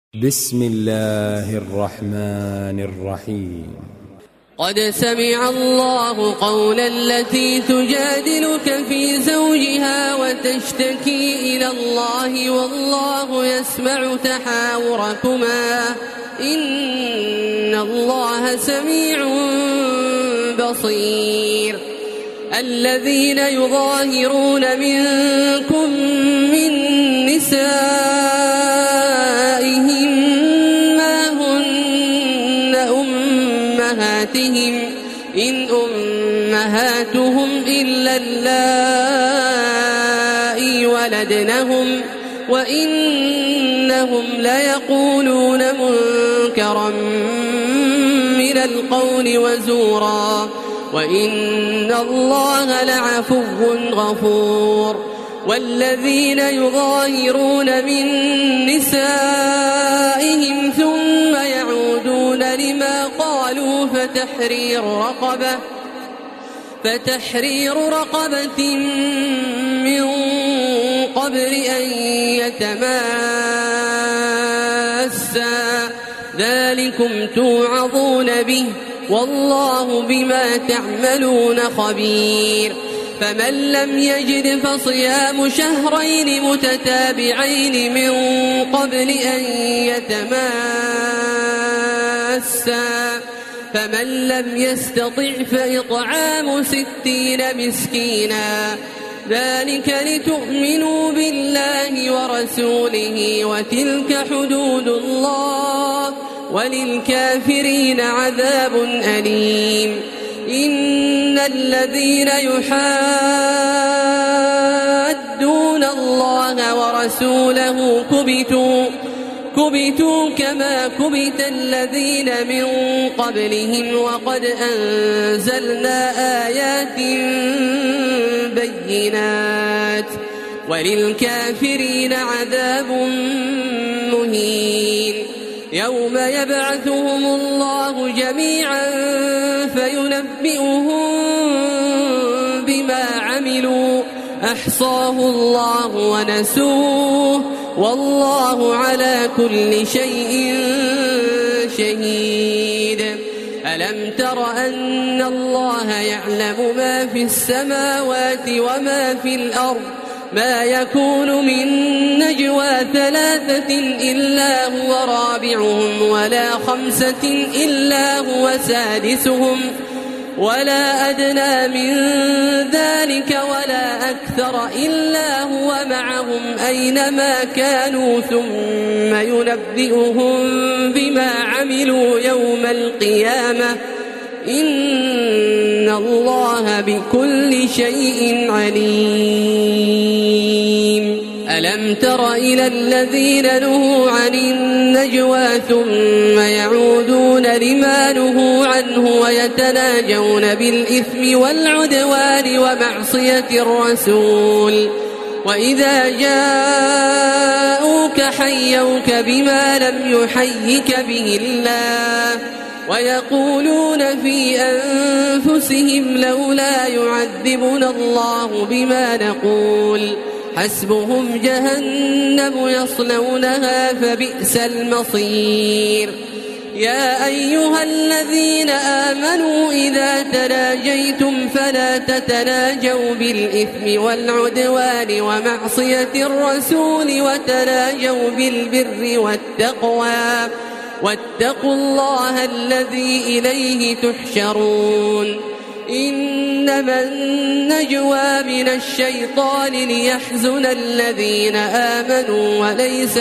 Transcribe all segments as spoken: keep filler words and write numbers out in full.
بسم الله الرحمن الرحيم. قد سمع الله قول التي تجادلك في زوجها وتشتكي إلى الله والله يسمع تحاوركما إن الله سميع بصير. الذين يظاهرون منكم من نسائهم ما هن أمهاتهم إن أمهاتهم إلا اللائي ولدنهم وإنهم ليقولون منكرا من القول وزورا وإن الله لعفو غفور. والذين يظاهرون من نسائهم ثم يعودون لما قالوا فتحرير رقبة فتحرير رقبة من قبل أن يتماسا ذلكم توعظون به والله بما تعملون خبير. فمن لم يجد فصيام شهرين متتابعين من قبل أن يتماسا فمن لم يستطع فإطعام ستين مسكينا ذلك لتؤمنوا بالله ورسوله وتلك حدود الله وللكافرين عذاب أليم. إن الذين يحادون الله ورسوله كبتوا كبتوا كما كبت الذين من قبلهم وقد أنزلنا آيات بينات وللكافرين عذاب مهين. يوم يبعثهم الله جميعا فينبئهم بما عملوا أحصاه الله ونسوه والله على كل شيء شهيد. ألم تر أن الله يعلم ما في السماوات وما في الأرض ما يكون من نجوى ثلاثة إلا هو رابعهم ولا خمسة إلا هو سادسهم ولا أدنى من ذلك ولا أكثر إلا هو معهم أينما كانوا ثم ينبئهم بما عملوا يوم القيامة إن الله بكل شيء عليم. ألم تر إلى الذين نهوا عن النجوى ثم يعودون لما نهوا عنه ويتناجون بالإثم والعدوان ومعصية الرسول وإذا جاءوك حيوك بما لم يحيك به الله ويقولون في أنفسهم لولا يعذبنا الله بما نقول حسبهم جهنم يصلونها فبئس المصير. يا أيها الذين آمنوا إذا تناجيتم فلا تتناجوا بالإثم والعدوان ومعصية الرسول وتناجوا بالبر والتقوى واتقوا الله الذي إليه تحشرون. إنما النجوى من الشيطان ليحزن الذين آمنوا وليس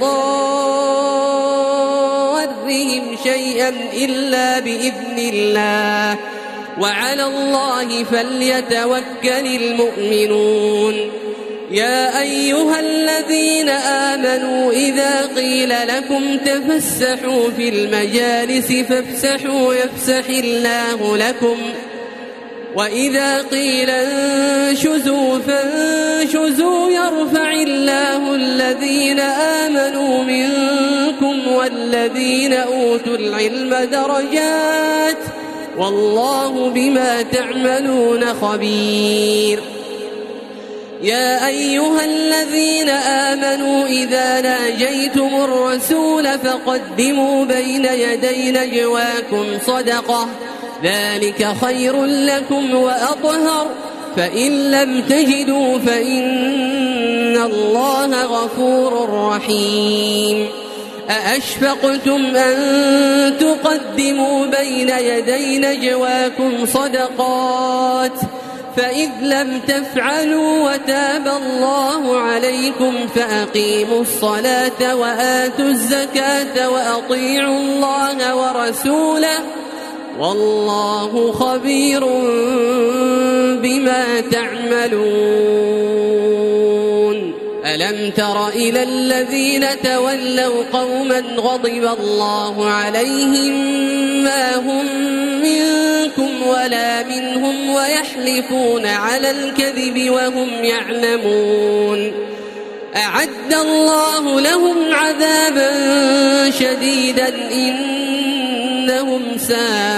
بضارهم شيئا إلا بإذن الله وعلى الله فليتوكل المؤمنون. يا أيها الذين آمنوا إذا قيل لكم تفسحوا في المجالس فافسحوا يفسح الله لكم وإذا قيل انشزوا فانشزوا يرفع الله الذين آمنوا منكم والذين أوتوا العلم درجات والله بما تعملون خبير. يا أيها الذين آمنوا إذا ناجيتم الرسول فقدموا بين يدي نجواكم صدقة ذلك خير لكم وأطهر فإن لم تجدوا فإن الله غفور رحيم أأشفقتم أن تقدموا بين يدي نجواكم صدقات فإذ لم تفعلوا وتاب الله عليكم فأقيموا الصلاة وآتوا الزكاة وأطيعوا الله ورسوله والله خبير بما تعملون ألم تر إلى الذين تولوا قوما غضب الله عليهم ما هم منكم ولا منهم ويحلفون على الكذب وهم يعلمون أعد الله لهم عذابا شديدا إنهم ساء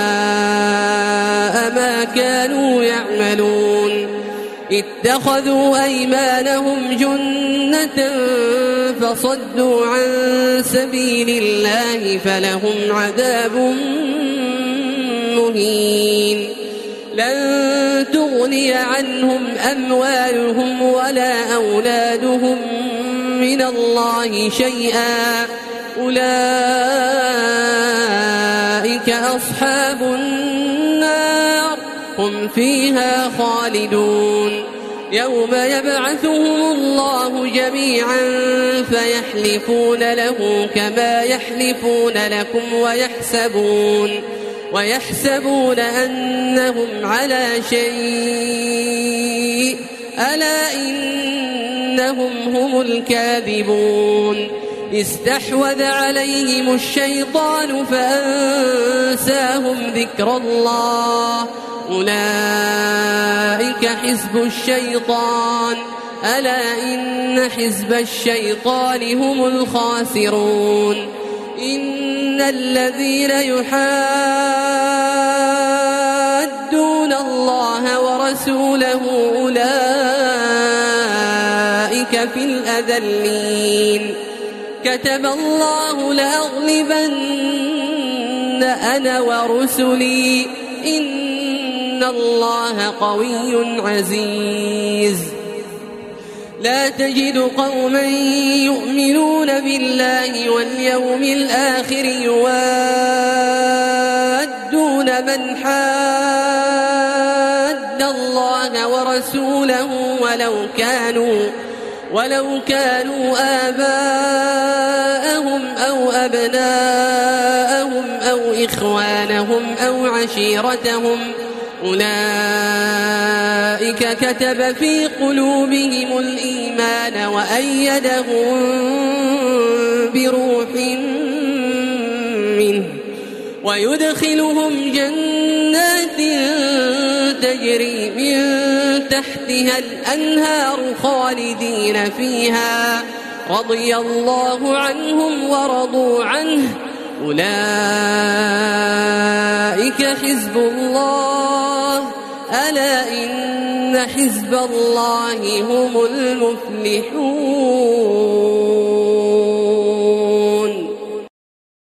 ما كانوا يعملون اتخذوا أيمانهم جنة فصدوا عن سبيل الله فلهم عذاب مهين لن تغني عنهم أموالهم ولا أولادهم من الله شيئا أولئك أصحاب النار هم فيها خالدون يوم يبعثهم الله جميعا فيحلفون له كما يحلفون لكم ويحسبون ويحسبون أنهم على شيء ألا إنهم هم الكاذبون استحوذ عليهم الشيطان فأنساهم ذكر الله أولئك حزب الشيطان ألا إن حزب الشيطان هم الخاسرون إن الذين يحادون الله ورسوله أولئك في الأذلين كتب الله لأغلبن أنا ورسلي إن الله قوي عزيز لا تجد قوما يؤمنون بالله واليوم الآخر يوادون من حاد الله ورسوله ولو كانوا ولو كانوا آباءهم أو أبناءهم أو إخوانهم أو عشيرتهم أولئك كتب في قلوبهم الإيمان وأيدهم بروح منه ويدخلهم جنات تجري من تحتها الأنهار خالدين فيها رضي الله عنهم ورضوا عنه أولئك حزب الله ألا إن حزب الله هم المفلحون.